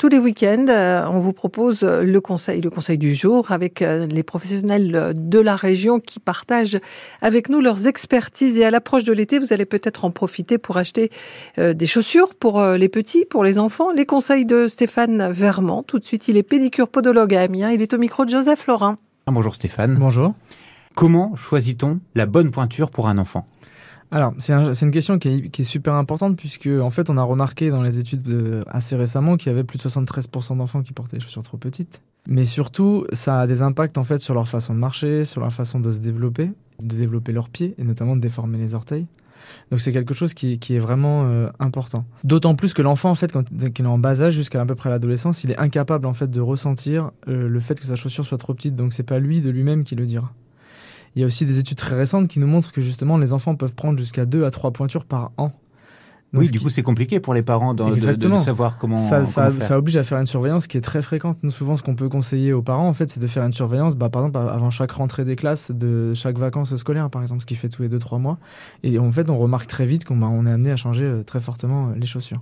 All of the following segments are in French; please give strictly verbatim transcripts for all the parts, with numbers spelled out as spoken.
tous les week-ends, on vous propose le conseil, le conseil du jour avec les professionnels de la région qui partagent avec nous leurs expertises. Et à l'approche de l'été, vous allez peut-être en profiter pour acheter des chaussures pour les petits, pour les enfants. Les conseils de Stéphane Vermand. Tout de suite, il est pédicure podologue à Amiens. Il est au micro de Joseph Laurin. Bonjour Stéphane. Bonjour. Comment choisit-on la bonne pointure pour un enfant ? Alors, c'est, un, c'est une question qui est, qui est super importante puisque, en fait, on a remarqué dans les études de, assez récemment qu'il y avait plus de soixante-treize pour cent d'enfants qui portaient des chaussures trop petites. Mais surtout, ça a des impacts, en fait, sur leur façon de marcher, sur leur façon de se développer, de développer leurs pieds et notamment de déformer les orteils. Donc, c'est quelque chose qui, qui est vraiment euh, important. D'autant plus que l'enfant, en fait, quand il est en bas âge jusqu'à à peu près l'adolescence, il est incapable, en fait, de ressentir euh, le fait que sa chaussure soit trop petite. Donc, c'est pas lui de lui-même qui le dira. Il y a aussi des études très récentes qui nous montrent que justement les enfants peuvent prendre jusqu'à deux à trois pointures par an. Donc, oui, du qui... coup c'est compliqué pour les parents de, de, de savoir comment, ça, ça, comment faire. Ça oblige à faire une surveillance qui est très fréquente. Nous, souvent, ce qu'on peut conseiller aux parents, en fait, c'est de faire une surveillance, bah, par exemple, avant chaque rentrée des classes, de chaque vacances scolaires, par exemple, ce qui fait tous les deux trois mois. Et en fait, on remarque très vite qu'on bah, on est amené à changer très fortement les chaussures.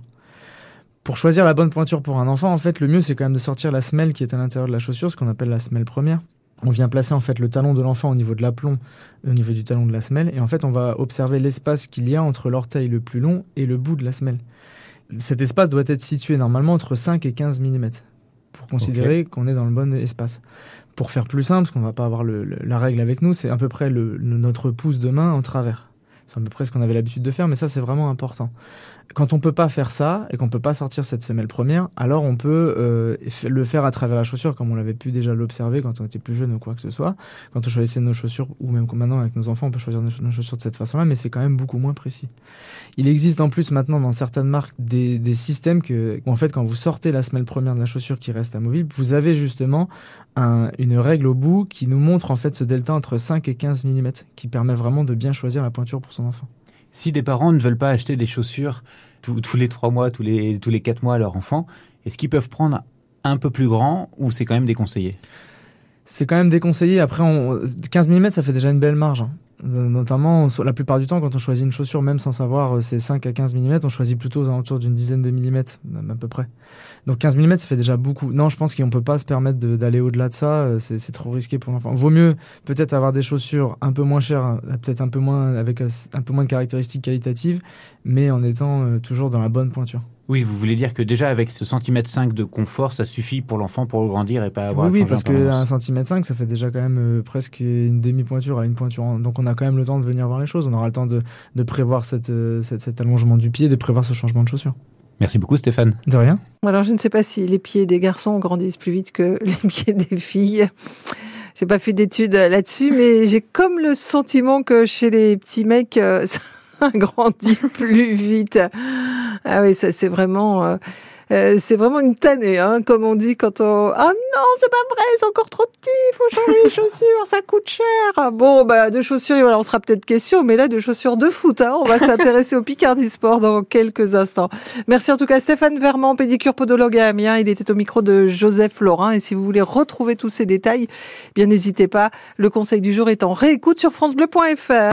Pour choisir la bonne pointure pour un enfant, en fait, le mieux, c'est quand même de sortir la semelle qui est à l'intérieur de la chaussure, ce qu'on appelle la semelle première. On vient placer en fait le talon de l'enfant au niveau de l'aplomb, au niveau du talon de la semelle, et en fait on va observer l'espace qu'il y a entre l'orteil le plus long et le bout de la semelle. Cet espace doit être situé normalement entre cinq et quinze millimètres pour considérer okay. qu'on est dans le bon espace. Pour faire plus simple, parce qu'on ne va pas avoir le, le, la règle avec nous, c'est à peu près le, le, notre pouce de main en travers. C'est à peu près ce qu'on avait l'habitude de faire, mais ça, c'est vraiment important. Quand on ne peut pas faire ça et qu'on ne peut pas sortir cette semelle première, alors on peut euh, le faire à travers la chaussure, comme on l'avait pu déjà l'observer quand on était plus jeune ou quoi que ce soit. Quand on choisissait nos chaussures, ou même maintenant avec nos enfants, on peut choisir nos chaussures de cette façon-là, mais c'est quand même beaucoup moins précis. Il existe en plus maintenant dans certaines marques des, des systèmes que, où en fait, quand vous sortez la semelle première de la chaussure qui reste amovible, vous avez justement un, une règle au bout qui nous montre en fait ce delta entre cinq et quinze millimètres, qui permet vraiment de bien choisir la pointure pour son enfant. Si des parents ne veulent pas acheter des chaussures tous, tous les trois mois, tous les, tous les quatre mois à leur enfant, est-ce qu'ils peuvent prendre un peu plus grand ou c'est quand même déconseillé ? C'est quand même déconseillé. Après, on, quinze millimètres, ça fait déjà une belle marge. Hein. Notamment, la plupart du temps, quand on choisit une chaussure, même sans savoir c'est cinq à quinze millimètres, on choisit plutôt aux alentours d'une dizaine de millimètres, à peu près. Donc quinze millimètres, ça fait déjà beaucoup. Non, je pense qu'on ne peut pas se permettre de, d'aller au-delà de ça. C'est, c'est trop risqué pour l'enfant. Vaut mieux peut-être avoir des chaussures un peu moins chères, peut-être un peu moins, avec un peu moins de caractéristiques qualitatives, mais en étant euh, toujours dans la bonne pointure. Oui, vous voulez dire que déjà avec ce centimètre cinq de confort, ça suffit pour l'enfant pour grandir et pas avoir. Oui, oui, parce qu'un centimètre cinq, ça fait déjà quand même euh, presque une demi-pointure à une pointure. Donc on a quand même le temps de venir voir les choses. On aura le temps de, de prévoir cette, euh, cette, cet allongement du pied, de prévoir ce changement de chaussure. Merci beaucoup Stéphane. De rien. Alors je ne sais pas si les pieds des garçons grandissent plus vite que les pieds des filles. J'ai pas fait d'études là-dessus, mais j'ai comme le sentiment que chez les petits mecs, euh, ça grandit plus vite. Ah oui, ça c'est vraiment, euh, euh, c'est vraiment une tannée, hein, comme on dit quand on. Ah non, c'est pas vrai, c'est encore trop petit, il faut changer les chaussures, ça coûte cher. Bon, bah de chaussures, voilà, on sera peut-être question, mais là de chaussures de foot, hein, on va s'intéresser au Picardie Sport dans quelques instants. Merci en tout cas Stéphane Vermand, pédicure podologue à Amiens. Il était au micro de Joseph Laurin. Et si vous voulez retrouver tous ces détails, bien n'hésitez pas. Le conseil du jour est en réécoute sur francebleu point fr.